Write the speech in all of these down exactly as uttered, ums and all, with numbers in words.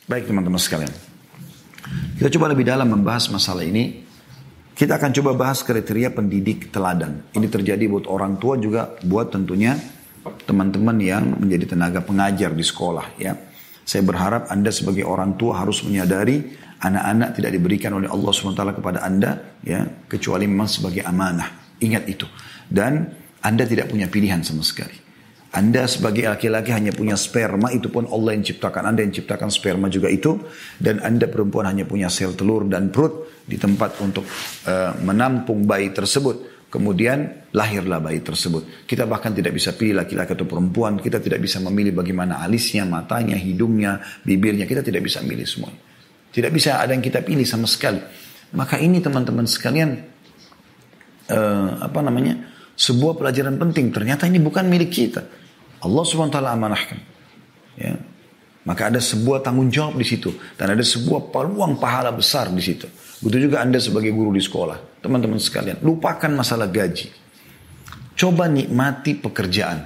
Baik teman-teman sekalian. Kita coba lebih dalam membahas masalah ini. Kita akan coba bahas kriteria pendidik teladan. Ini terjadi buat orang tua juga, buat tentunya teman-teman yang menjadi tenaga pengajar di sekolah. Ya, saya berharap Anda sebagai orang tua harus menyadari anak-anak tidak diberikan oleh Allah subhanahu wa taala kepada Anda, ya, kecuali memang sebagai amanah. Ingat itu. Dan Anda tidak punya pilihan sama sekali. Anda sebagai laki-laki hanya punya sperma, itu pun Allah yang ciptakan. Anda yang ciptakan sperma juga itu. Dan Anda perempuan hanya punya sel telur dan perut di tempat untuk uh, menampung bayi tersebut. Kemudian lahirlah bayi tersebut. Kita bahkan tidak bisa pilih laki-laki atau perempuan. Kita tidak bisa memilih bagaimana alisnya, matanya, hidungnya, bibirnya. Kita tidak bisa milih semua. Tidak bisa ada yang kita pilih sama sekali. Maka ini teman-teman sekalian, uh, apa namanya, sebuah pelajaran penting. Ternyata ini bukan milik kita. Allah subhanahu wa taala amanahkan. Ya. Maka ada sebuah tanggung jawab di situ. Dan ada sebuah peluang pahala besar di situ. Begitu juga Anda sebagai guru di sekolah. Teman-teman sekalian, lupakan masalah gaji. Coba nikmati pekerjaan.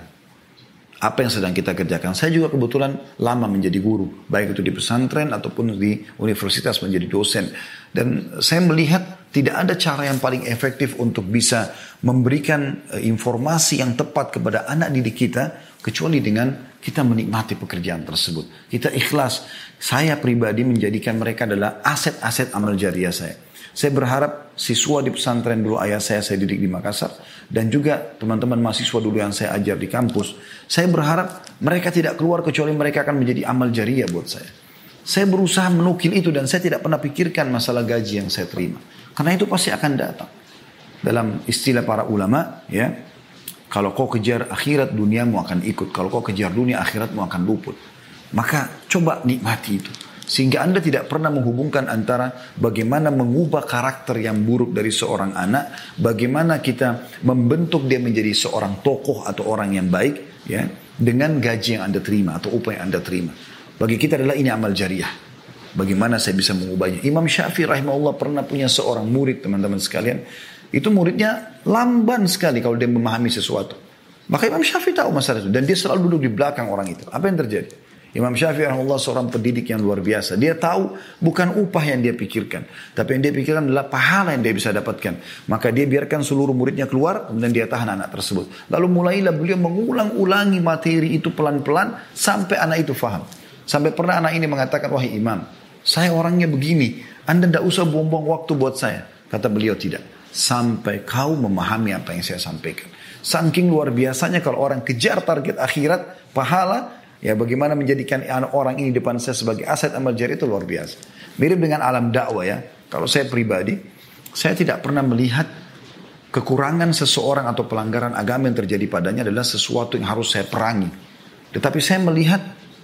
Apa yang sedang kita kerjakan. Saya juga kebetulan lama menjadi guru. Baik itu di pesantren ataupun di universitas menjadi dosen. Dan saya melihat tidak ada cara yang paling efektif untuk bisa memberikan informasi yang tepat kepada anak didik kita. Kecuali dengan kita menikmati pekerjaan tersebut. Kita ikhlas. Saya pribadi menjadikan mereka adalah aset-aset amal jariah saya. Saya berharap siswa di pesantren dulu ayah saya, saya didik di Makassar. Dan juga teman-teman mahasiswa dulu yang saya ajar di kampus. Saya berharap mereka tidak keluar kecuali mereka akan menjadi amal jariah buat saya. Saya berusaha menukil itu dan saya tidak pernah pikirkan masalah gaji yang saya terima. Karena itu pasti akan datang. Dalam istilah para ulama, ya. Kalau kau kejar akhirat, duniamu akan ikut. Kalau kau kejar dunia, akhiratmu akan luput. Maka coba nikmati itu. Sehingga Anda tidak pernah menghubungkan antara bagaimana mengubah karakter yang buruk dari seorang anak. Bagaimana kita membentuk dia menjadi seorang tokoh atau orang yang baik. Ya, dengan gaji yang Anda terima atau upah yang Anda terima. Bagi kita adalah ini amal jariah. Bagaimana saya bisa mengubahnya. Imam Syafi'i rahimahullah pernah punya seorang murid teman-teman sekalian. Itu muridnya lamban sekali kalau dia memahami sesuatu. Maka Imam Syafi'i tahu masalah itu. Dan dia selalu duduk di belakang orang itu. Apa yang terjadi? Imam Syafi'i rahimahullah seorang pendidik yang luar biasa. Dia tahu bukan upah yang dia pikirkan. Tapi yang dia pikirkan adalah pahala yang dia bisa dapatkan. Maka dia biarkan seluruh muridnya keluar. Kemudian dia tahan anak tersebut. Lalu mulailah beliau mengulang-ulangi materi itu pelan-pelan. Sampai anak itu faham. Sampai pernah anak ini mengatakan, wahai imam, saya orangnya begini. Anda tidak usah buang-buang waktu buat saya. Kata beliau, tidak. Sampai kau memahami apa yang saya sampaikan. Saking luar biasanya kalau orang kejar target akhirat, pahala, ya bagaimana menjadikan orang ini depan saya sebagai aset amal jariah itu luar biasa. Mirip dengan alam dakwah ya. Kalau saya pribadi, saya tidak pernah melihat kekurangan seseorang atau pelanggaran agama yang terjadi padanya adalah sesuatu yang harus saya perangi. Tetapi saya melihat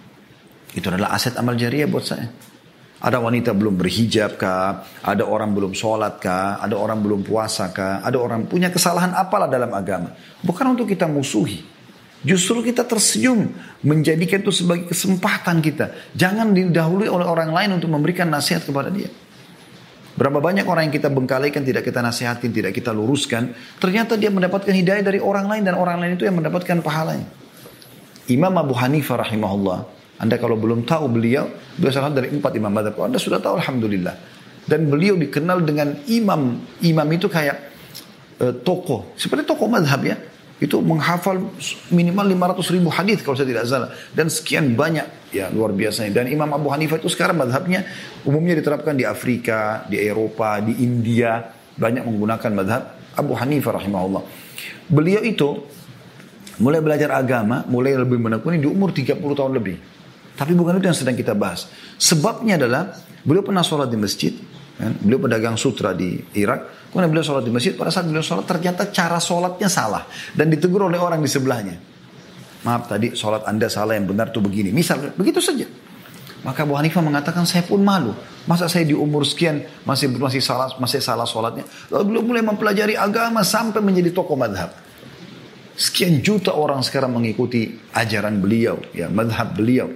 itu adalah aset amal jariah buat saya. Ada wanita belum berhijab kah? Ada orang belum sholat kah? Ada orang belum puasa kah? Ada orang punya kesalahan apalah dalam agama. Bukan untuk kita musuhi. Justru kita tersenyum. Menjadikan itu sebagai kesempatan kita. Jangan didahului oleh orang lain untuk memberikan nasihat kepada dia. Berapa banyak orang yang kita bengkalikan, tidak kita nasihatin, tidak kita luruskan. Ternyata dia mendapatkan hidayah dari orang lain. Dan orang lain itu yang mendapatkan pahalanya. Imam Abu Hanifah rahimahullah. Anda kalau belum tahu beliau, beliau salah dari empat imam mazhab. Anda sudah tahu alhamdulillah. Dan beliau dikenal dengan imam. Imam itu kayak uh, tokoh. Seperti tokoh mazhab ya. Itu menghafal minimal lima ratus ribu hadis kalau saya tidak salah. Dan sekian banyak. Ya luar biasa. Dan Imam Abu Hanifah itu sekarang mazhabnya umumnya diterapkan di Afrika, di Eropa, di India. Banyak menggunakan mazhab Abu Hanifah rahimahullah. Beliau itu mulai belajar agama, mulai lebih menekuni di umur tiga puluh tahun lebih. Tapi bukan itu yang sedang kita bahas. Sebabnya adalah beliau pernah sholat di masjid. Kan? Beliau pedagang sutra di Irak. Kemudian beliau sholat di masjid. Pada saat beliau sholat ternyata cara sholatnya salah. Dan ditegur oleh orang di sebelahnya. Maaf tadi sholat anda salah, yang benar tuh begini. Misal begitu saja. Maka Abu Hanifah mengatakan saya pun malu. Masa saya di umur sekian masih masih salah masih salah sholatnya. Lalu beliau mulai mempelajari agama sampai menjadi tokoh madhab. Sekian juta orang sekarang mengikuti ajaran beliau. Ya, madhab beliau.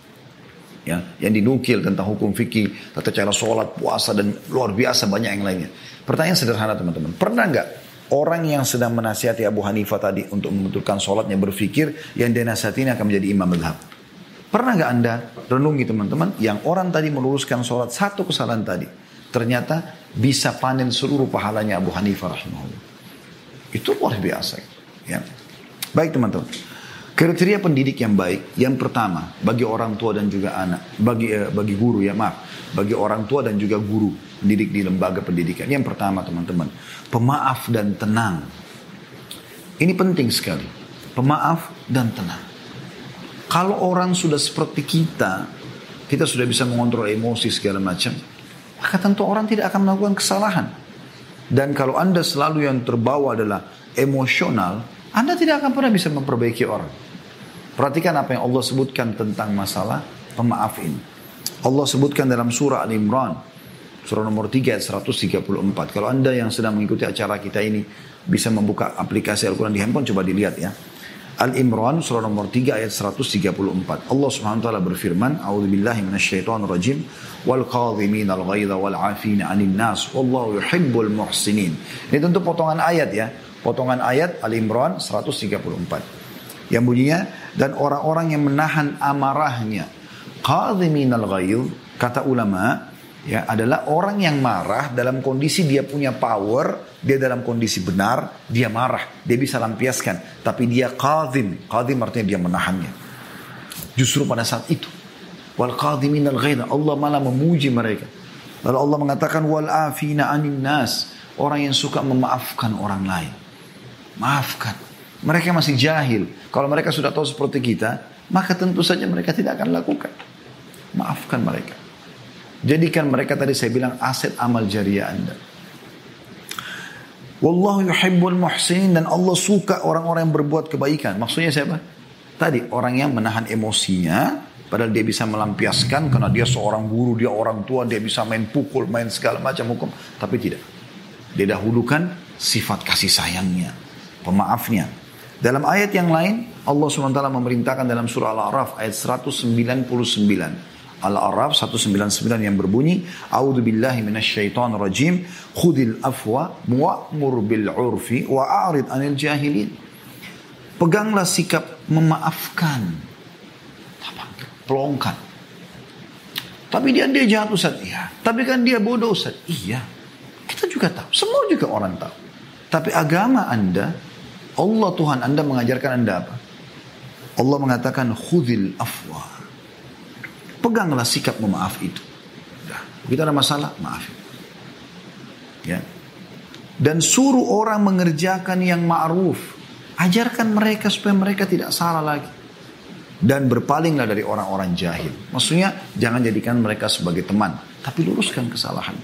Ya, yang dinukil tentang hukum fikih, tata cara sholat, puasa, dan luar biasa banyak yang lainnya. Pertanyaan sederhana teman-teman. Pernah nggak orang yang sedang menasihati Abu Hanifah tadi untuk membentukkan sholatnya berpikir yang dia nasihati ini akan menjadi imam madhab? Pernah nggak Anda renungi teman-teman, yang orang tadi meluruskan sholat satu kesalahan tadi, ternyata bisa panen seluruh pahalanya Abu Hanifah rahimahullah. Itu luar biasa. Ya. Baik teman-teman. Kriteria pendidik yang baik, yang pertama bagi orang tua dan juga anak, bagi eh, bagi guru ya maaf, bagi orang tua dan juga guru pendidik di lembaga pendidikan. Yang pertama teman-teman, pemaaf dan tenang. Ini penting sekali, pemaaf dan tenang. Kalau orang sudah seperti kita, kita sudah bisa mengontrol emosi segala macam, maka tentu orang tidak akan melakukan kesalahan. Dan kalau Anda selalu yang terbawa adalah emosional, Anda tidak akan pernah bisa memperbaiki orang. Perhatikan apa yang Allah sebutkan tentang masalah pemaaf ini. Allah sebutkan dalam surah Al-Imran, surah nomor tiga ayat seratus tiga puluh empat. Kalau Anda yang sedang mengikuti acara kita ini bisa membuka aplikasi Al-Quran di handphone, coba dilihat ya. Al-Imran surah nomor tiga ayat seratus tiga puluh empat. Allah Subhanahu wa taala berfirman, "A'udzubillahi minasyaitonir rajim, wal qadhiminal ghaidha wal 'afina 'anil nas, wallahu yuhibbul muhsinin." Ini tentu potongan ayat ya. Potongan ayat Al-Imran seratus tiga puluh empat. Yang bunyinya, dan orang-orang yang menahan amarahnya. Qadhiminal ghaidh, kata ulama, ya, adalah orang yang marah dalam kondisi dia punya power, dia dalam kondisi benar, dia marah, dia bisa lampiaskan, tapi dia qadhim. Qadhim artinya dia menahannya. Justru pada saat itu, wal qadhiminal ghaidh, Allah malah memuji mereka. Lalu Allah mengatakan wal afina 'anil nas, orang yang suka memaafkan orang lain. Maafkan. Mereka masih jahil. Kalau mereka sudah tahu seperti kita, maka tentu saja mereka tidak akan lakukan. Maafkan mereka. Jadikan mereka, tadi saya bilang, aset amal jariah Anda. Wallahu yuhibbul muhsinin, dan Allah suka orang-orang yang berbuat kebaikan. Maksudnya siapa? Tadi orang yang menahan emosinya, padahal dia bisa melampiaskan karena dia seorang guru, dia orang tua, dia bisa main pukul, main segala macam hukum, tapi tidak. Dia dahulukan sifat kasih sayangnya, pemaafnya. Dalam ayat yang lain, Allah subhanahu wa taala memerintahkan dalam surah Al-A'raf ayat seratus sembilan puluh sembilan. Al-A'raf seratus sembilan puluh sembilan yang berbunyi, "A'udzu billahi minasyaitonir rajim, khudil afwa wa'mur bil 'urfi wa'arid 'anil jahilin." Peganglah sikap memaafkan. Pelongkan. Tapi dia dia jahat Ustaz. Iya. Tapi kan dia bodoh Ustaz. Iya. Kita juga tahu. Semua juga orang tahu. Tapi agama Anda, Allah Tuhan Anda mengajarkan Anda apa? Allah mengatakan khudil afwa. Peganglah sikap memaaf itu. Dah, kita ada masalah, maaf. Ya. Dan suruh orang mengerjakan yang ma'ruf. Ajarkan mereka supaya mereka tidak salah lagi. Dan berpalinglah dari orang-orang jahil. Maksudnya jangan jadikan mereka sebagai teman, tapi luruskan kesalahan.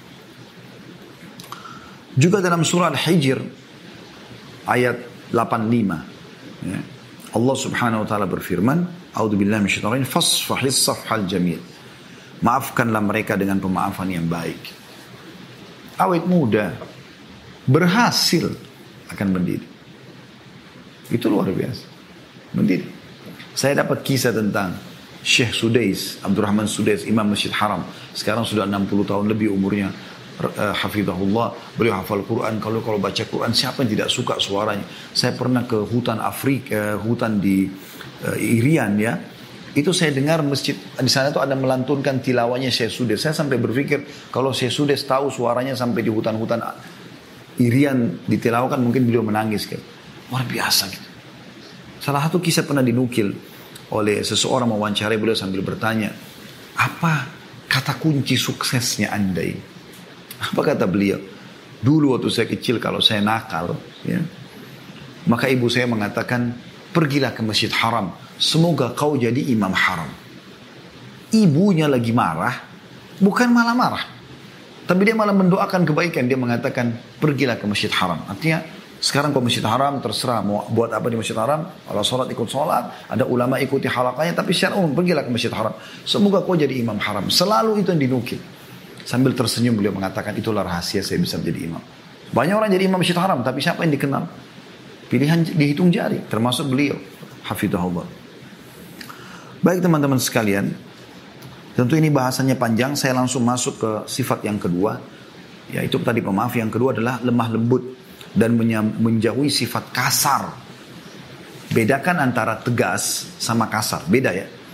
Juga dalam surah Al-Hijr ayat delapan puluh lima, ya. Allah subhanahu wa ta'ala berfirman, "A'udzubillahi minasyaitonir rajim, fasfahis safhal jamil." Maafkanlah mereka dengan pemaafan yang baik. Awet muda, berhasil akan mendidik. Itu luar biasa. Mendidik. Saya dapat kisah tentang Syekh Sudais, Abdurrahman Sudais, Imam Masjid Haram. Sekarang sudah enam puluh tahun lebih umurnya. Uh, hafizahullah, beliau hafal Quran. Kalau kalau baca Quran, siapa yang tidak suka suaranya? Saya pernah ke hutan Afrika, hutan di uh, Irian ya. Itu saya dengar masjid di sana tuh ada melantunkan tilawahnya Syekh Sudais. Saya sampai berpikir kalau Syekh Sudais tahu suaranya sampai di hutan-hutan Irian ditilawahkan, mungkin beliau menangis kan. Luar biasa gitu. Salah satu kisah pernah dinukil oleh seseorang mewawancarai beliau sambil bertanya, apa kata kunci suksesnya Anda ini? Apa kata beliau? Dulu waktu saya kecil kalau saya nakal, ya, maka ibu saya mengatakan, pergilah ke Masjid Haram, semoga kau jadi imam haram. Ibunya lagi marah, bukan malah marah, tapi dia malah mendoakan kebaikan. Dia mengatakan, pergilah ke Masjid Haram. Artinya, sekarang kau Masjid Haram, terserah mau buat apa di Masjid Haram. Kalau sholat ikut sholat, ada ulama ikuti halakanya, tapi secara umum pergilah ke Masjid Haram. Semoga kau jadi imam haram. Selalu itu yang dinukil. Sambil tersenyum beliau mengatakan, itulah rahasia saya bisa menjadi imam. Banyak orang jadi imam Masjid Haram, tapi siapa yang dikenal? Pilihan dihitung jari, termasuk beliau. Hafizahullah. Baik teman-teman sekalian, tentu ini bahasanya panjang, saya langsung masuk ke sifat yang kedua. Yaitu tadi pemaaf, yang kedua adalah lemah lembut dan menjauhi sifat kasar. Bedakan antara tegas sama kasar, beda ya.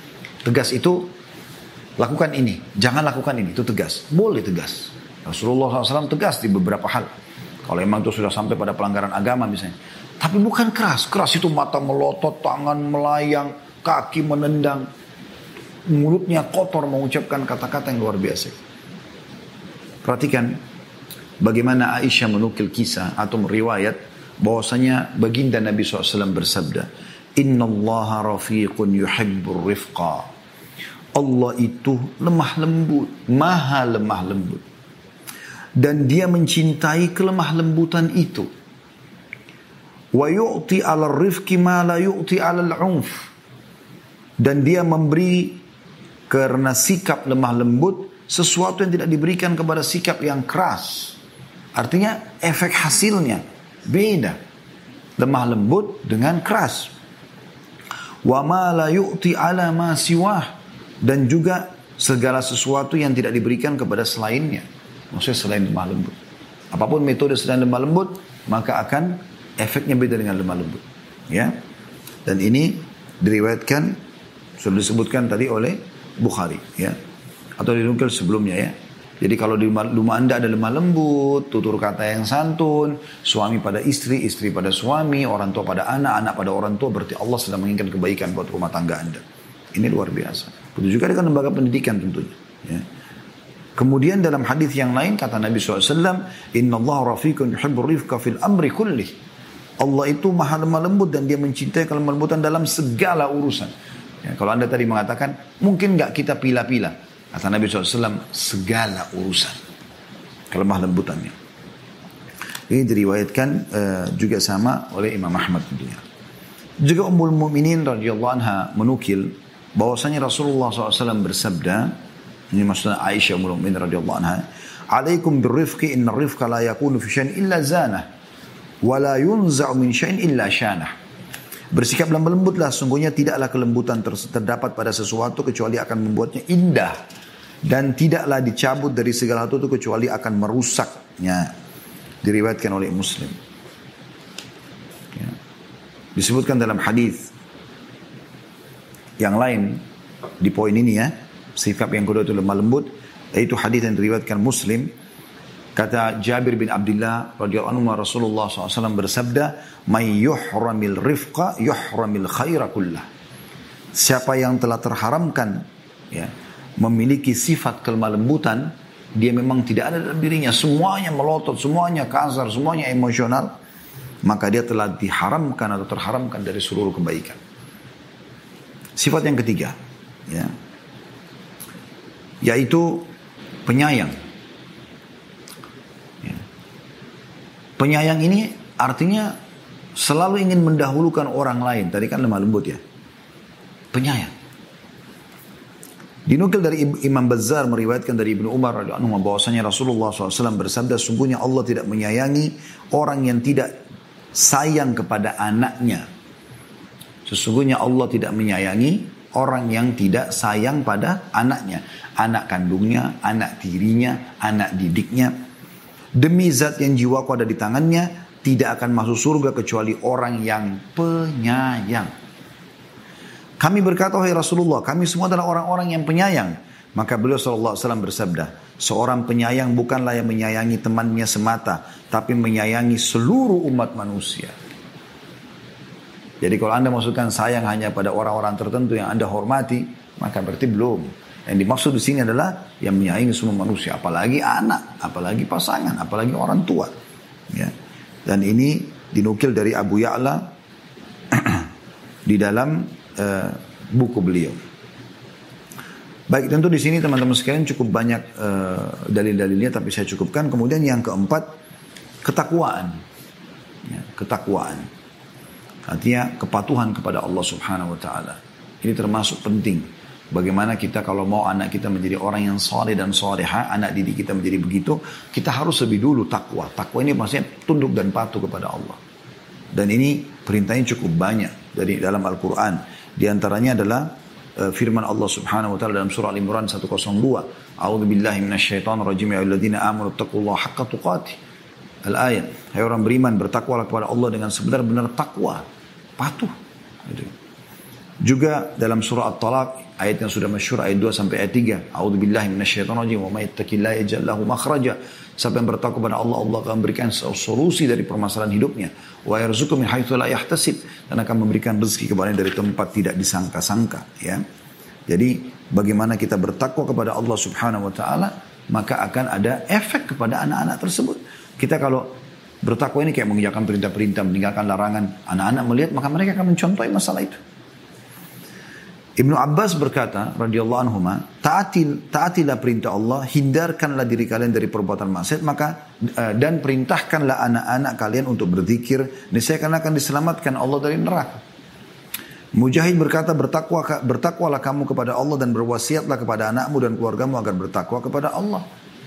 Tegas itu lakukan ini, jangan lakukan ini, itu tegas. Boleh tegas. Rasulullah shallallahu alaihi wasallam tegas di beberapa hal. Kalau memang itu sudah sampai pada pelanggaran agama misalnya. Tapi bukan keras. Keras itu mata melotot, tangan melayang, kaki menendang. Mulutnya kotor mengucapkan kata-kata yang luar biasa. Perhatikan bagaimana Aisyah menukil kisah atau meriwayat bahwasanya baginda Nabi shallallahu alaihi wasallam bersabda, Inna allaha rafiqun yuhibbur rifqa. Allah itu lemah lembut, maha lemah lembut. Dan dia mencintai kelemah lembutan itu. Wa yu'ti 'alal rifqi ma la yu'ti 'alal 'unf. Dan dia memberi karena sikap lemah lembut sesuatu yang tidak diberikan kepada sikap yang keras. Artinya efek hasilnya beda. Lemah lembut dengan keras. Wa ma la yu'ti 'ala ma siwah. Dan juga segala sesuatu yang tidak diberikan kepada selainnya. Maksudnya selain lemah lembut. Apapun metode selain lemah lembut, maka akan efeknya beda dengan lemah lembut. Ya. Dan ini diriwayatkan, sudah disebutkan tadi oleh Bukhari. Ya. Atau dinukil sebelumnya ya. Jadi kalau di rumah anda ada lemah lembut, tutur kata yang santun, suami pada istri, istri pada suami, orang tua pada anak, anak pada orang tua, berarti Allah sedang menginginkan kebaikan buat rumah tangga anda. Ini luar biasa. Begitu juga dengan lembaga pendidikan tentunya. Ya. Kemudian dalam hadis yang lain kata Nabi shallallahu alaihi wasallam, Inna Allah rafiqun yuhibbur rifqa fil amri kullih. Allah itu maha lemah lembut dan dia mencintai kelemah lembutan dalam segala urusan. Ya, kalau anda tadi mengatakan, mungkin nggak kita pilah-pilah. Kata Nabi shallallahu alaihi wasallam, segala urusan. Kelemah lembutannya. Ini diriwayatkan uh, juga sama oleh Imam Ahmad tentunya. Juga Ummul Mukminin radhiyallahu anha menukil bahwasanya Rasulullah shallallahu alaihi wasallam bersabda, ini maksudnya Aisyah Ummul Mukminin radhiyallahu anha, "Alaikum birrifqi inna rifqa la yakunu fi syai'in illa zanah wa la yunza'u min syai'in illa syanah." Bersikap lemah lembutlah, sungguhnya tidaklah kelembutan terdapat pada sesuatu kecuali akan membuatnya indah, dan tidaklah dicabut dari segala sesuatu itu kecuali akan merusaknya. Diriwayatkan oleh Muslim. Ya. Disebutkan dalam hadis yang lain di poin ini ya, sikap yang kedua itu lemah lembut, yaitu hadis yang diriwayatkan Muslim. Kata Jabir bin Abdullah radhiyallahu anhu, Rasulullah shallallahu alaihi wasallam bersabda, "May yuhramil rifqa yuhramil khaira kullah." Siapa yang telah terharamkan ya, memiliki sifat kelemah lembutan, dia memang tidak ada dalam dirinya, semuanya melotot, semuanya kasar, semuanya emosional, maka dia telah diharamkan atau terharamkan dari seluruh kebaikan. Sifat yang ketiga, ya, yaitu penyayang. Ya. Penyayang ini artinya selalu ingin mendahulukan orang lain. Tadi kan lemah lembut ya. Penyayang. Dinukil dari Imam Bazzar meriwayatkan dari Ibnu Umar radhiyallahu anhu bahwasanya Rasulullah shallallahu alaihi wasallam bersabda, sungguhnya Allah tidak menyayangi orang yang tidak sayang kepada anaknya. Sesungguhnya Allah tidak menyayangi orang yang tidak sayang pada anaknya. Anak kandungnya, anak tirinya, anak didiknya. Demi zat yang jiwaku ada di tangannya, tidak akan masuk surga kecuali orang yang penyayang. Kami berkata, wahai Rasulullah, kami semua adalah orang-orang yang penyayang. Maka beliau sallallahu alaihi wasallam bersabda, seorang penyayang bukanlah yang menyayangi temannya semata, tapi menyayangi seluruh umat manusia. Jadi kalau anda maksudkan sayang hanya pada orang-orang tertentu yang anda hormati, maka berarti belum. Yang dimaksud di sini adalah yang menyayangi semua manusia, apalagi anak, apalagi pasangan, apalagi orang tua. Ya. Dan ini dinukil dari Abu Ya'la di dalam uh, buku beliau. Baik, tentu di sini teman-teman sekalian cukup banyak uh, dalil-dalilnya, tapi saya cukupkan. Kemudian yang keempat, ketakwaan. Ya, ketakwaan. Artinya kepatuhan kepada Allah Subhanahu wa taala. Ini termasuk penting. Bagaimana kita kalau mau anak kita menjadi orang yang saleh dan salehah, anak didik kita menjadi begitu, kita harus lebih dulu takwa. Takwa ini maksudnya tunduk dan patuh kepada Allah. Dan ini perintahnya cukup banyak dari dalam Al-Qur'an. Di antaranya adalah uh, firman Allah Subhanahu wa taala dalam surah Al-Imran seratus dua, A'udzubillahi minasyaitonir rajim, ya ayyuhalladzina amanu taqullaha haqqa tuqatih. Al-ayat, hai orang beriman, bertakwalah kepada Allah dengan sebenar-benar takwa. Patuh. Juga dalam surah At-Talaq Ayat yang sudah masyhur ayat dua sampai ayat tiga. A'udzubillahi minasyaitonirrajim wa may yattaqillaha yaj'al lahu makhraja. Siapa yang bertakwa kepada Allah, Allah akan memberikan solusi dari permasalahan hidupnya. Wa yarzuqhu min haitsu la yahtasib, dan akan memberikan rezeki kepadanya dari tempat tidak disangka-sangka, ya. Jadi bagaimana kita bertakwa kepada Allah Subhanahu wa taala, maka akan ada efek kepada anak-anak tersebut. Kita kalau bertakwa ini kayak mengerjakan perintah-perintah, meninggalkan larangan, anak-anak melihat maka mereka akan mencontohi masalah itu. Ibnu Abbas berkata radhiyallahu anhuma, taati taatilah perintah Allah, hindarkanlah diri kalian dari perbuatan maksiat, maka dan perintahkanlah anak-anak kalian untuk berzikir, niscaya kalian akan diselamatkan Allah dari neraka. Mujahid berkata, bertakwa bertakwalah kamu kepada Allah dan berwasiatlah kepada anakmu dan keluargamu agar bertakwa kepada Allah.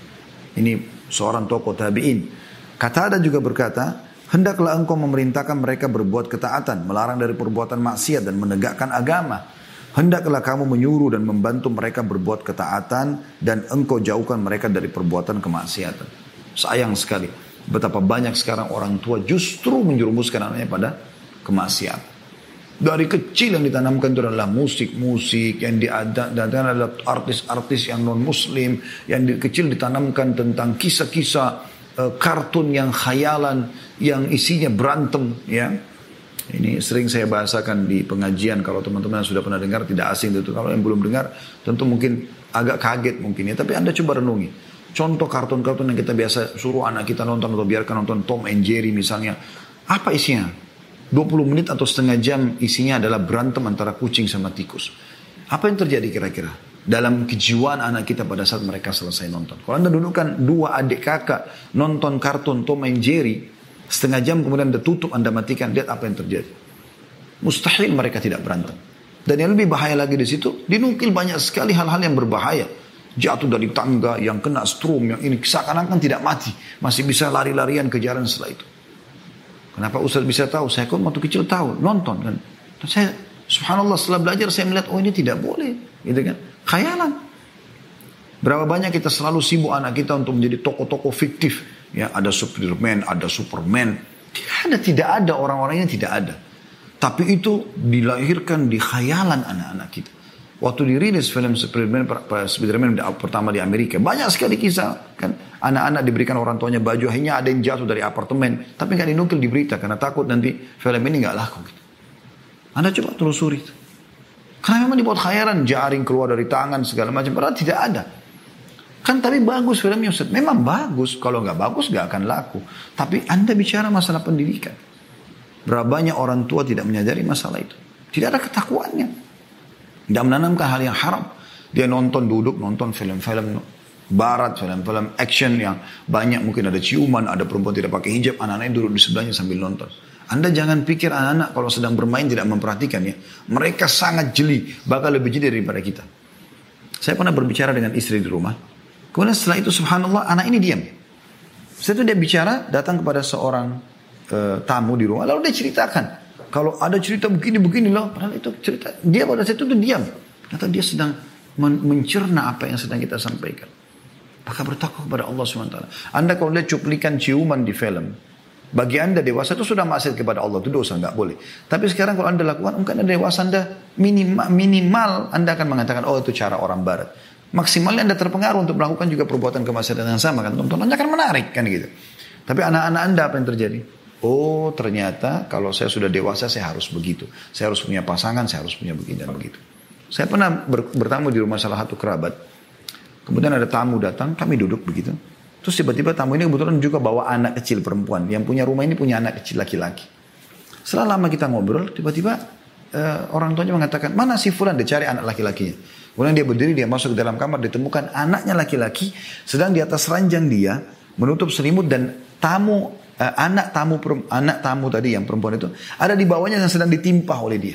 Ini seorang tokoh tabi'in. Qatada juga berkata, hendaklah engkau memerintahkan mereka berbuat ketaatan, melarang dari perbuatan maksiat dan menegakkan agama. Hendaklah kamu menyuruh dan membantu mereka berbuat ketaatan dan engkau jauhkan mereka dari perbuatan kemaksiatan. Sayang sekali betapa banyak sekarang orang tua justru menjerumuskan anaknya pada kemaksiatan. Dari kecil yang ditanamkan itu adalah musik-musik, yang diadakan adalah artis-artis yang non-muslim, yang di, kecil ditanamkan tentang kisah-kisah uh, kartun yang khayalan, yang isinya berantem, ya. Ini sering saya bahasakan di pengajian, kalau teman-teman yang sudah pernah dengar tidak asing itu. Kalau yang belum dengar tentu mungkin agak kaget mungkin ya. Tapi Anda coba renungi. Contoh kartun-kartun yang kita biasa suruh anak kita nonton atau biarkan nonton Tom and Jerry misalnya. Apa isinya? dua puluh menit atau setengah jam isinya adalah berantem antara kucing sama tikus. Apa yang terjadi kira-kira dalam kejiwaan anak kita pada saat mereka selesai nonton? Kalau Anda dudukkan dua adik kakak nonton kartun Tom and Jerry, setengah jam kemudian Anda tutup, Anda matikan, lihat apa yang terjadi. Mustahil mereka tidak berantem. Dan yang lebih bahaya lagi di situ, dinukil banyak sekali hal-hal yang berbahaya. Jatuh dari tangga, yang kena strom, yang ini seakan-akan tidak mati. Masih bisa lari-larian kejaran setelah itu. Kenapa Ustaz bisa tahu? Saya kok waktu kecil tahu, nonton kan. Dan saya, subhanallah, setelah belajar saya melihat, oh ini tidak boleh. Gitu kan. Khayalan. Berapa banyak kita selalu sibuk anak kita untuk menjadi tokoh-tokoh fiktif. Ya, ada Superman, ada Superman. Tidak ada, tidak ada orang-orangnya tidak ada. Tapi itu dilahirkan di khayalan anak-anak kita. Waktu dirilis film Superman, Spiderman pertama di Amerika, banyak sekali kisah kan. Anak-anak diberikan orang tuanya baju, hanya ada yang jatuh dari apartemen, tapi nggak dinukil di berita karena takut nanti film ini nggak laku. Gitu. Anda coba telusuri itu. Karena memang dibuat khayalan, jaring keluar dari tangan segala macam, padahal tidak ada. Kan tapi bagus filmnya Ustaz. Memang bagus. Kalau nggak bagus nggak akan laku. Tapi Anda bicara masalah pendidikan. Berapa banyak orang tua tidak menyadari masalah itu. Tidak ada ketakwaannya. Tidak menanamkan hal yang haram. Dia nonton duduk nonton film-film barat, film-film action yang banyak mungkin ada ciuman, ada perempuan tidak pakai hijab, anak-anaknya duduk di sebelahnya sambil nonton. Anda jangan pikir anak-anak kalau sedang bermain tidak memperhatikan ya. Mereka sangat jeli, bahkan lebih jeli daripada kita. Saya pernah berbicara dengan istri di rumah. Kemudian setelah itu subhanallah anak ini diam. Setelah itu dia bicara datang kepada seorang uh, tamu di rumah. Lalu dia ceritakan. Kalau ada cerita begini-begini loh. Padahal itu cerita. Dia pada saat itu diam. Kata dia sedang men- mencerna apa yang sedang kita sampaikan. Maka bertakwa kepada Allah subhanahu wa taala. Anda kalau lihat cuplikan ciuman di film. Bagi Anda dewasa itu sudah maksiat kepada Allah. Itu dosa, nggak boleh. Tapi sekarang kalau Anda lakukan. Mungkin Anda dewasa Anda minimal, minimal Anda akan mengatakan. Oh itu cara orang barat. Maksimalnya Anda terpengaruh untuk melakukan juga perbuatan kemaksiatan yang sama kan. Tontonannya akan menarik kan gitu. Tapi anak-anak Anda apa yang terjadi? Oh ternyata kalau saya sudah dewasa saya harus begitu. Saya harus punya pasangan, saya harus punya begini dan begitu. Saya pernah ber, bertamu di rumah salah satu kerabat. Kemudian ada tamu datang, kami duduk begitu. Terus tiba-tiba tamu ini kebetulan juga bawa anak kecil perempuan. Yang punya rumah ini punya anak kecil laki-laki. Setelah lama kita ngobrol, tiba-tiba uh, orang tuanya mengatakan, mana si fulan? Dia cari anak laki-lakinya. Kemudian dia berdiri, dia masuk ke dalam kamar, ditemukan anaknya laki-laki sedang di atas ranjang dia menutup selimut dan tamu uh, anak tamu anak tamu tadi yang perempuan itu ada di bawahnya yang sedang ditimpa oleh dia.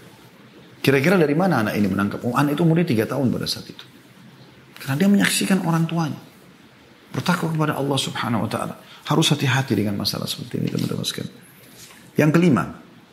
Kira-kira dari mana anak ini menangkap? Oh, anak itu umurnya tiga tahun pada saat itu. Karena dia menyaksikan orang tuanya. Bertakwa kepada Allah Subhanahu Wa Taala. Harus hati-hati dengan masalah seperti ini teman-teman sekalian. Yang kelima,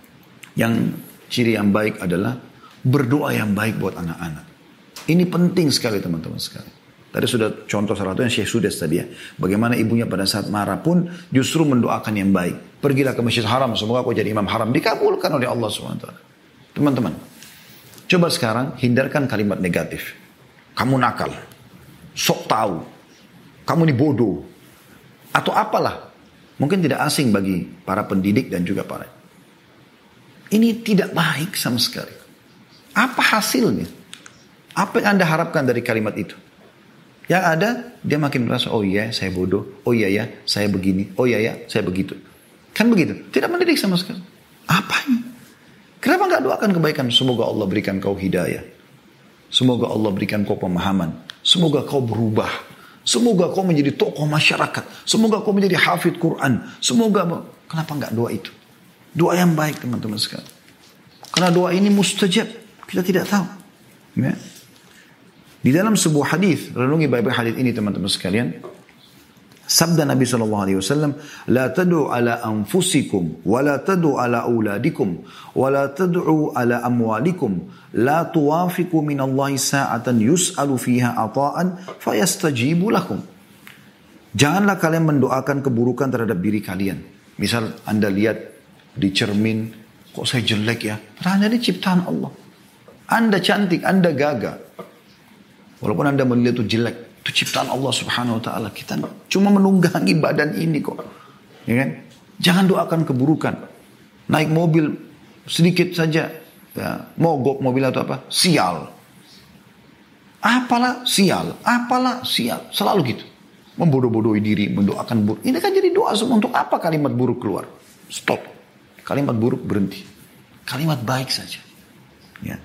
yang ciri yang baik adalah berdoa yang baik buat anak-anak. Ini penting sekali teman-teman sekalian. Tadi sudah contoh salah satunya Syekh Sudes tadi ya. Bagaimana ibunya pada saat marah pun justru mendoakan yang baik. Pergilah ke Masjid Haram, semoga kau jadi imam haram. Dikabulkan oleh Allah Subhanahu Wa Taala. Teman-teman, Coba sekarang hindarkan kalimat negatif. Kamu nakal, sok tahu, kamu ini bodoh, atau apalah. Mungkin tidak asing bagi para pendidik dan juga para. Ini tidak baik sama sekali. Apa hasilnya? Apa yang Anda harapkan dari kalimat itu? Yang ada, dia makin merasa, oh iya saya bodoh, oh iya ya saya begini, oh iya ya saya begitu. Kan begitu, tidak mendidik sama sekali. Apa ini? Kenapa nggak doakan kebaikan? Semoga Allah berikan kau hidayah. Semoga Allah berikan kau pemahaman. Semoga kau berubah. Semoga kau menjadi tokoh masyarakat. Semoga kau menjadi hafidh Quran. Semoga, kenapa nggak doa itu? Doa yang baik teman-teman sekalian. Karena doa ini mustajab. Kita tidak tahu. Ya. Di dalam sebuah hadis, renungi baik-baik hadis ini teman-teman sekalian. Sabda Nabi shallallahu alaihi wasallam, "La tad'u ala anfusikum, wa la tad'u ala auladikum, wa la tad'u ala amwalikum, la tuwafiqu min Allah sa'atan yus'alu fiha ata'an fayastajibu lakum." Janganlah kalian mendoakan keburukan terhadap diri kalian. Misal Anda lihat di cermin, kok saya jelek ya? Padahal Anda ini ciptaan Allah. Anda cantik, Anda gagah. Walaupun Anda melihat itu jelek, itu ciptaan Allah Subhanahu wa taala. Kita cuma menunggangi badan ini kok. Ya kan? Jangan doakan keburukan. Naik mobil sedikit saja ya, mogok mobil atau apa? Sial. Apalah sial, apalah sial. Selalu gitu. Membodoh-bodohi diri, mendoakan buruk. Ini kan jadi doa semua. Untuk apa kalimat buruk keluar? Stop. Kalimat buruk berhenti. Kalimat baik saja. Ya.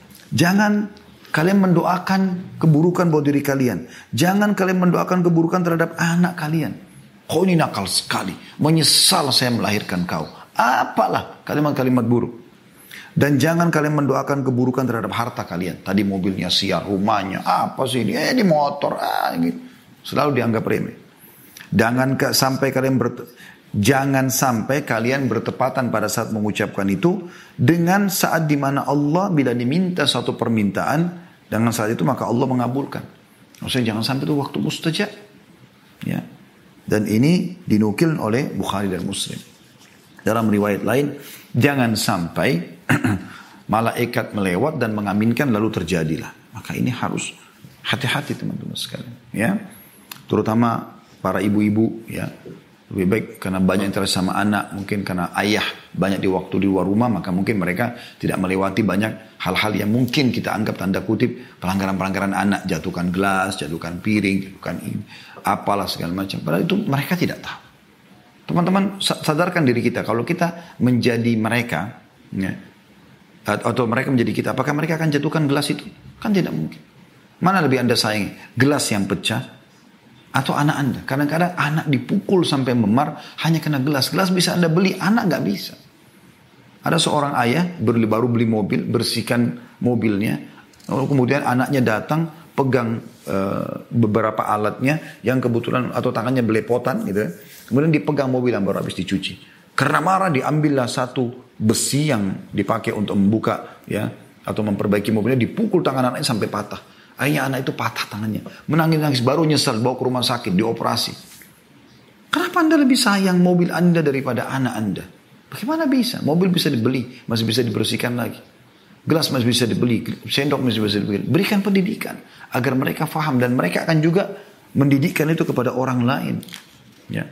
Jangan kalian mendoakan keburukan buat diri kalian. Jangan kalian mendoakan keburukan terhadap anak kalian. Kau ini nakal sekali. Menyesal saya melahirkan kau. Apalah kalimat-kalimat buruk. Dan jangan kalian mendoakan keburukan terhadap harta kalian. Tadi mobilnya sial, rumahnya. Apa sih ini? Eh, ini motor. Ah, gitu. Selalu dianggap remeh. Jangan sampai kalian ber, jangan sampai kalian bertepatan pada saat mengucapkan itu dengan saat dimana Allah bila diminta satu permintaan, dengan saat itu maka Allah mengabulkan. Maksudnya jangan sampai itu waktu mustajab. Ya. Dan ini dinukil oleh Bukhari dan Muslim. Dalam riwayat lain, jangan sampai malaikat melewat dan mengaminkan lalu terjadilah. Maka ini harus hati-hati teman-teman sekalian. Ya. Terutama para ibu-ibu ya. Lebih baik karena banyak interaksi sama anak, mungkin karena ayah banyak di waktu di luar rumah, maka mungkin mereka tidak melewati banyak hal-hal yang mungkin kita anggap tanda kutip pelanggaran-pelanggaran anak, jatuhkan gelas, jatuhkan piring, jatuhkan ini, apalah segala macam. Padahal itu mereka tidak tahu. Teman-teman sadarkan diri kita, kalau kita menjadi mereka, ya, atau mereka menjadi kita, apakah mereka akan jatuhkan gelas itu? Kan tidak mungkin. Mana lebih Anda sayangi? Gelas yang pecah atau anak Anda? Kadang-kadang anak dipukul sampai memar hanya kena gelas. Gelas bisa Anda beli, anak nggak bisa. Ada seorang ayah beli, baru beli mobil, bersihkan mobilnya, lalu kemudian anaknya datang pegang uh, beberapa alatnya yang kebetulan atau tangannya belepotan gitu. Kemudian dipegang mobil yang baru habis dicuci. Karena marah diambillah satu besi yang dipakai untuk membuka ya atau memperbaiki mobilnya, dipukul tangan anaknya sampai patah. Akhirnya anak itu patah tangannya. Menangis-nangis, baru nyesal, bawa ke rumah sakit, dioperasi. Kenapa Anda lebih sayang mobil Anda daripada anak Anda? Bagaimana bisa? Mobil bisa dibeli, masih bisa dibersihkan lagi. Gelas masih bisa dibeli, sendok masih bisa dibeli. Berikan pendidikan, agar mereka faham. Dan mereka akan juga mendidikkan itu kepada orang lain. Ya.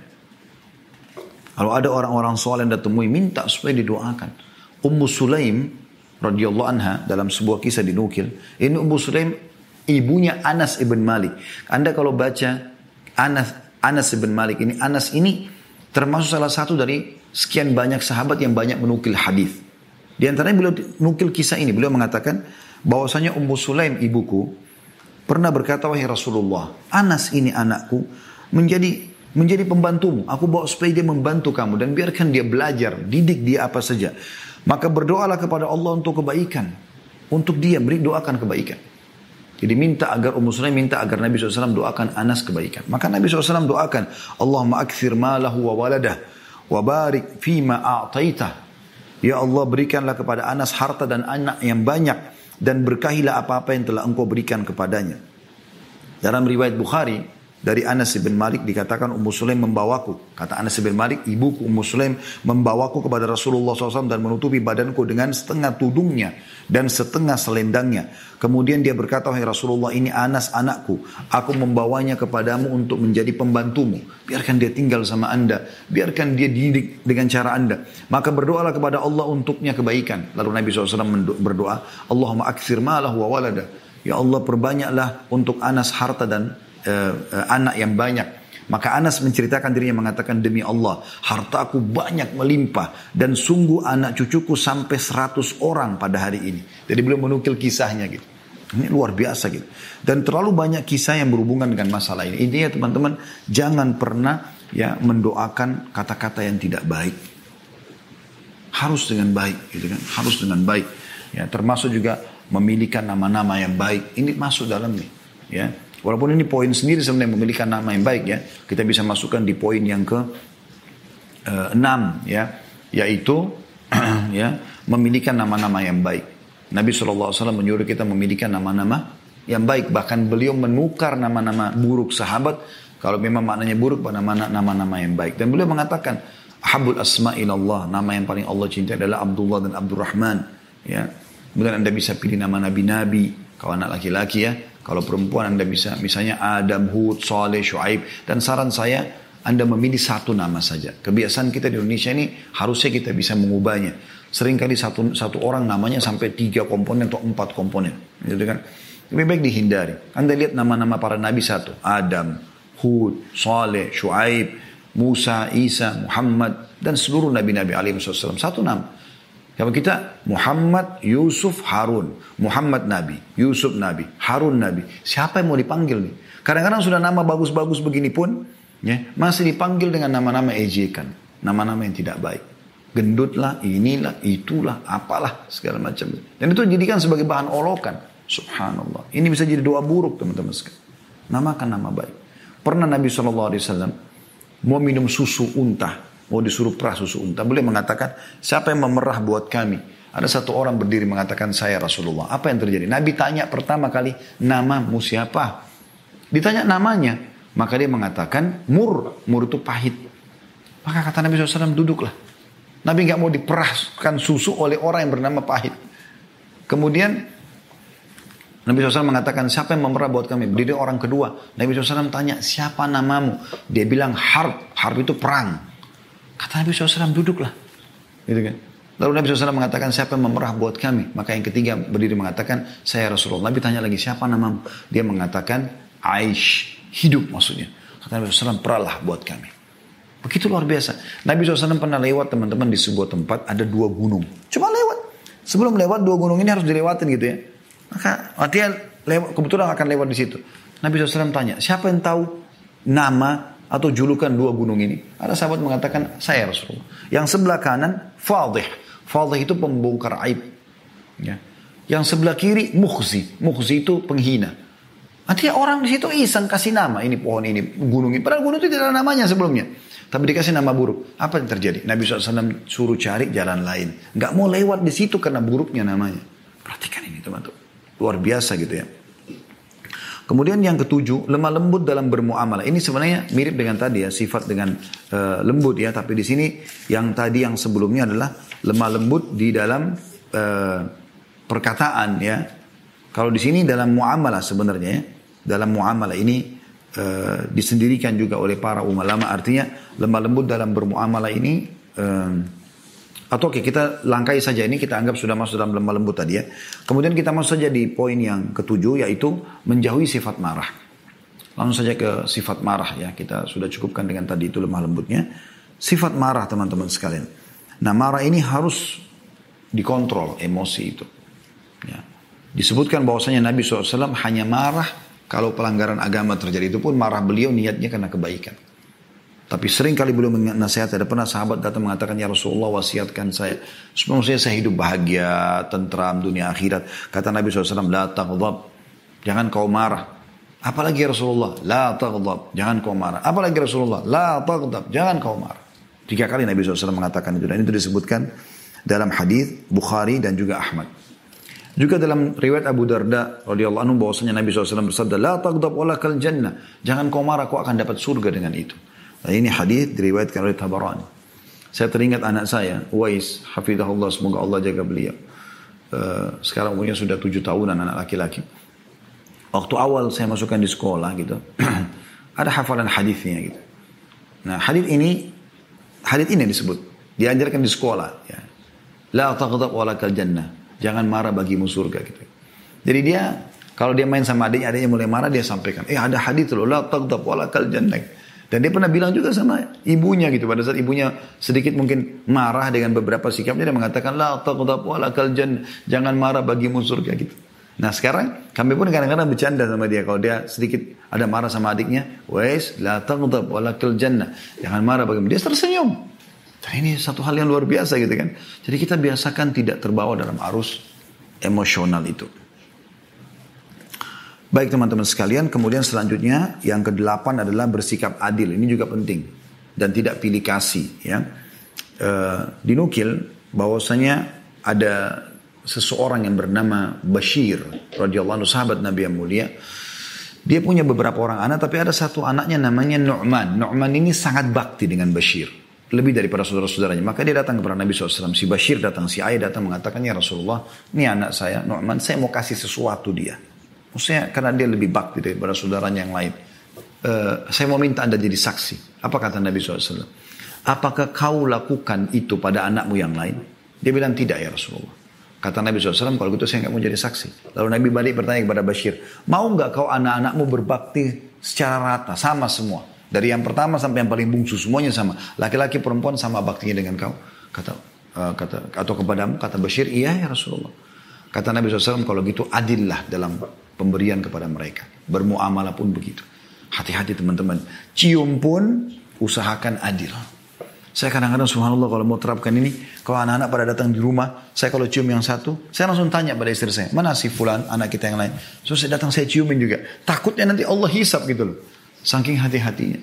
Kalau ada orang-orang soleh yang temui, minta supaya didoakan. Ummu Sulaim, radhiyallahu anha, dalam sebuah kisah dinukil. Ini Ummu Sulaim, ibunya Anas ibn Malik. Anda kalau baca Anas Anas ibn Malik ini, Anas ini termasuk salah satu dari sekian banyak sahabat yang banyak menukil hadis. Di antaranya beliau menukil kisah ini. Beliau mengatakan bahwasanya Ummu Sulaim ibuku pernah berkata, wahai Rasulullah, Anas ini anakku menjadi menjadi pembantumu. Aku bawa supaya dia membantu kamu dan biarkan dia belajar, didik dia apa saja. Maka berdoalah kepada Allah untuk kebaikan, untuk dia, beri doakan kebaikan. Jadi minta agar Ummu Sulaim minta agar Nabi shallallahu alaihi wasallam doakan Anas kebaikan. Maka Nabi shallallahu alaihi wasallam doakan, Allahumma akthir malahu wa waladah, wa barik fima a'taitah. Ya Allah, berikanlah kepada Anas harta dan anak yang banyak, dan berkahilah apa-apa yang telah engkau berikan kepadanya. Dalam riwayat Bukhari, Dari Anas bin Malik dikatakan Ummu Sulaim membawaku. Kata Anas bin Malik, ibuku Ummu Sulaim membawaku kepada Rasulullah shallallahu alaihi wasallam dan menutupi badanku dengan setengah tudungnya dan setengah selendangnya. Kemudian dia berkata, wahai Rasulullah, ini Anas anakku. Aku membawanya kepadamu untuk menjadi pembantumu. Biarkan dia tinggal sama anda. Biarkan dia didik dengan cara anda. Maka berdoalah kepada Allah untuknya kebaikan. Lalu Nabi shallallahu alaihi wasallam berdoa, Allahumma aktsir malahu wa walada. Ya Allah, perbanyaklah untuk Anas harta dan Uh, uh, anak yang banyak. Maka Anas menceritakan dirinya mengatakan, demi Allah, hartaku banyak melimpah dan sungguh anak cucuku sampai seratus orang pada hari ini. Jadi beliau menukil kisahnya gitu. Ini luar biasa gitu. Dan terlalu banyak kisah yang berhubungan dengan masalah ini. Intinya teman-teman, jangan pernah ya mendoakan kata-kata yang tidak baik. Harus dengan baik gitu kan. Harus dengan baik. Ya, termasuk juga memiliki nama-nama yang baik. Ini masuk dalamnya ya. Walaupun ini poin sendiri sebenarnya memiliki nama yang baik ya. Kita bisa masukkan di poin yang ke uh, enam ya. Yaitu ya, memiliki nama-nama yang baik. Nabi shallallahu alaihi wasallam menyuruh kita memiliki nama-nama yang baik. Bahkan beliau menukar nama-nama buruk sahabat. Kalau memang maknanya buruk pada nama-nama yang baik. Dan beliau mengatakan, Ahabul asma ilallah. Nama yang paling Allah cintai adalah Abdullah dan Abdurrahman. Ya. Kemudian anda bisa pilih nama nabi-nabi. Kalau anak laki-laki ya. Kalau perempuan anda bisa misalnya Adam, Hud, Saleh, Shu'aib. Dan saran saya anda memilih satu nama saja. Kebiasaan kita di Indonesia ini harusnya kita bisa mengubahnya. Seringkali satu, satu orang namanya sampai tiga komponen atau empat komponen. Gitu kan? Lebih baik dihindari. Anda lihat nama-nama para nabi satu. Adam, Hud, Saleh, Shu'aib, Musa, Isa, Muhammad. Dan seluruh nabi-nabi alaihi wasallam. Satu nama. Kalau kita Muhammad, Yusuf, Harun. Muhammad Nabi, Yusuf Nabi, Harun Nabi. Siapa yang mau dipanggil nih? Kadang-kadang sudah nama bagus-bagus begini pun, ya, masih dipanggil dengan nama-nama ejekan. Nama-nama yang tidak baik. Gendutlah, inilah, itulah, apalah, segala macam. Dan itu dijadikan sebagai bahan olokan. Subhanallah. Ini bisa jadi doa buruk teman-teman sekalian. Namakan nama baik. Pernah Nabi shallallahu alaihi wasallam mau minum susu unta. Mau disuruh perah susu unta. Beliau mengatakan, siapa yang memerah buat kami? Ada satu orang berdiri mengatakan, saya Rasulullah. Apa yang terjadi? Nabi tanya pertama kali, namamu siapa? Ditanya namanya. Maka dia mengatakan, mur. Mur itu pahit. Maka kata Nabi shallallahu alaihi wasallam, duduklah. Nabi gak mau diperahkan susu oleh orang yang bernama pahit. Kemudian, Nabi shallallahu alaihi wasallam mengatakan, siapa yang memerah buat kami? Berdiri orang kedua. Nabi shallallahu alaihi wasallam tanya, siapa namamu? Dia bilang, harb. Harb itu perang. Kata Nabi shallallahu alaihi wasallam, duduklah. Gitu kan? Lalu Nabi shallallahu alaihi wasallam mengatakan, siapa yang memerah buat kami? Maka yang ketiga berdiri mengatakan, saya Rasulullah. Nabi tanya lagi, siapa namamu? Dia mengatakan, Aish. Hidup maksudnya. Kata Nabi shallallahu alaihi wasallam, perahlah buat kami. Begitu luar biasa. Nabi shallallahu alaihi wasallam pernah lewat teman-teman di sebuah tempat, ada dua gunung. Cuma lewat. Sebelum lewat, dua gunung ini harus dilewatin gitu ya. Maka artinya lewat, kebetulan akan lewat di situ. Nabi shallallahu alaihi wasallam tanya, siapa yang tahu nama atau julukan dua gunung ini? Ada sahabat mengatakan, saya Rasulullah. Yang sebelah kanan, Fadih. Fadih itu pembongkar aib. Ya. Yang sebelah kiri, Mukhzi. Mukhzi itu penghina. Artinya orang di situ iseng kasih nama. Ini pohon ini, gunung ini. Padahal gunung itu tidak ada namanya sebelumnya. Tapi dikasih nama buruk. Apa yang terjadi? Nabi shallallahu alaihi wasallam suruh cari jalan lain. Gak mau lewat di situ karena buruknya namanya. Perhatikan ini teman-teman. Luar biasa gitu ya. Kemudian yang ketujuh, lemah lembut dalam bermuamalah. Ini sebenarnya mirip dengan tadi ya, sifat dengan uh, lembut ya. Tapi di sini yang tadi yang sebelumnya adalah lemah lembut di dalam uh, perkataan ya. Kalau di sini dalam muamalah sebenarnya ya. Dalam muamalah ini uh, disendirikan juga oleh para ulama. Artinya lemah lembut dalam bermuamalah ini. Uh, Atau oke, kita langkai saja ini, kita anggap sudah masuk dalam lemah lembut tadi ya. Kemudian kita masuk saja di poin yang ketujuh, yaitu menjauhi sifat marah. Langsung saja ke sifat marah ya. Kita sudah cukupkan dengan tadi itu lemah lembutnya. Sifat marah teman-teman sekalian. Nah, marah ini harus dikontrol emosi itu. Ya. Disebutkan bahwasanya Nabi shallallahu alaihi wasallam hanya marah kalau pelanggaran agama terjadi. Itu pun marah beliau niatnya karena kebaikan. Tapi sering kali beliau menasihat, ada pernah sahabat datang mengatakan, ya Rasulullah wasiatkan saya. Supaya saya hidup bahagia, tentram, dunia akhirat. Kata Nabi shallallahu alaihi wasallam, la taghdab. Jangan kau marah. Apalagi ya Rasulullah, la taghdab. Jangan kau marah. Apalagi Rasulullah, la taghdab. Jangan kau marah. Tiga kali Nabi shallallahu alaihi wasallam mengatakan itu. Dan itu disebutkan dalam hadis Bukhari dan juga Ahmad. Juga dalam riwayat Abu Darda radhiyallahu anhu bahwasanya Nabi shallallahu alaihi wasallam bersabda, la taghdab walakal jannah. Jangan kau marah, kau akan dapat surga dengan itu. Nah, ini hadis diriwayatkan oleh Tabarani. Saya teringat anak saya, Uwais, hafizahullah, semoga Allah jaga beliau. Uh, sekarang umurnya sudah tujuh tahunan, anak laki-laki. Waktu awal saya masukkan di sekolah gitu, ada hafalan hadisnya gitu. Nah, hadis ini, hadis ini disebut, diajarkan di sekolah. Ya. La taghdab walakal jannah. Jangan marah bagimu surga gitu. Jadi dia kalau dia main sama adiknya, adiknya mulai marah, dia sampaikan, eh ada hadis loh, la taghdab walakal jannah. Dan dia pernah bilang juga sama ibunya gitu, pada saat ibunya sedikit mungkin marah dengan beberapa sikapnya, dia mengatakan la taghdab walakal jannah, jangan marah bagimu surga gitu. Nah sekarang kami pun kadang-kadang bercanda sama dia kalau dia sedikit ada marah sama adiknya, wais la taghdab walakal jannah, jangan marah bagimu. Dia tersenyum. Dan ini satu hal yang luar biasa gitu kan. Jadi kita biasakan tidak terbawa dalam arus emosional itu. Baik teman-teman sekalian, kemudian selanjutnya yang kedelapan adalah bersikap adil. Ini juga penting dan tidak pilih kasih. Ya. E, dinukil bahwasanya ada seseorang yang bernama Bashir radhiyallahu anhu, sahabat Nabi yang mulia. Dia punya beberapa orang anak, tapi ada satu anaknya namanya Nu'man. Nu'man ini sangat bakti dengan Bashir. Lebih daripada saudara-saudaranya. Maka dia datang kepada Nabi shallallahu alaihi wasallam. Si Bashir datang, si Ayah datang mengatakan, ya Rasulullah, ini anak saya, Nu'man, saya mau kasih sesuatu dia. Maksudnya karena dia lebih bakti daripada saudaranya yang lain. Uh, saya mau minta anda jadi saksi. Apa kata Nabi shallallahu alaihi wasallam? Apakah kau lakukan itu pada anakmu yang lain? Dia bilang tidak ya Rasulullah. Kata Nabi shallallahu alaihi wasallam, kalau gitu saya nggak mau jadi saksi. Lalu Nabi balik bertanya kepada Bashir, mau nggak kau anak-anakmu berbakti secara rata, sama semua? Dari yang pertama sampai yang paling bungsu semuanya sama. Laki-laki perempuan sama baktinya dengan kau. Kata, uh, kata atau kepadamu, kata Bashir, iya ya Rasulullah. Kata Nabi shallallahu alaihi wasallam, kalau gitu adillah dalam pemberian kepada mereka. Bermuamalah pun begitu. Hati-hati teman-teman. Cium pun usahakan adil. Saya kadang-kadang subhanallah kalau mau terapkan ini, kalau anak-anak pada datang di rumah, saya kalau cium yang satu, saya langsung tanya pada istri saya, mana si fulan, anak kita yang lain. So saya datang saya ciumin juga. Takutnya nanti Allah hisab gitu loh. Saking hati-hatinya.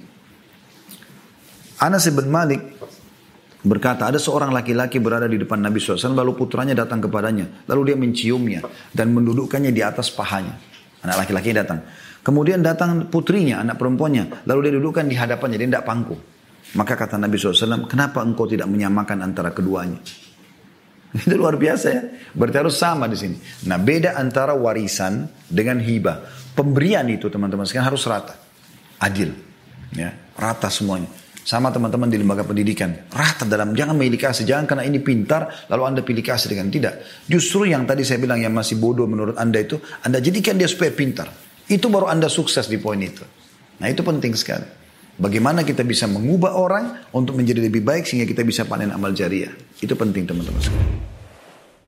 Anas bin Malik berkata, ada seorang laki-laki berada di depan Nabi shallallahu alaihi wasallam, lalu putranya datang kepadanya. Lalu dia menciumnya dan mendudukkannya di atas pahanya. Anak laki-laki datang. Kemudian datang putrinya, anak perempuannya. Lalu dia dudukkan di hadapannya, dia tidak pangku. Maka kata Nabi shallallahu alaihi wasallam, kenapa engkau tidak menyamakan antara keduanya? Itu luar biasa ya. Berarti harus sama di sini. Nah beda antara warisan dengan hibah. Pemberian itu teman-teman sekalian harus rata. Adil, ya, rata semuanya. Sama teman-teman di lembaga pendidikan, rata dalam, jangan pilih kasih, jangan karena ini pintar, lalu anda pilih kasih dengan tidak. Justru yang tadi saya bilang yang masih bodoh menurut anda itu, anda jadikan dia supaya pintar. Itu baru anda sukses di poin itu. Nah itu penting sekali. Bagaimana kita bisa mengubah orang untuk menjadi lebih baik sehingga kita bisa panen amal jariah. Itu penting teman-teman sekalian.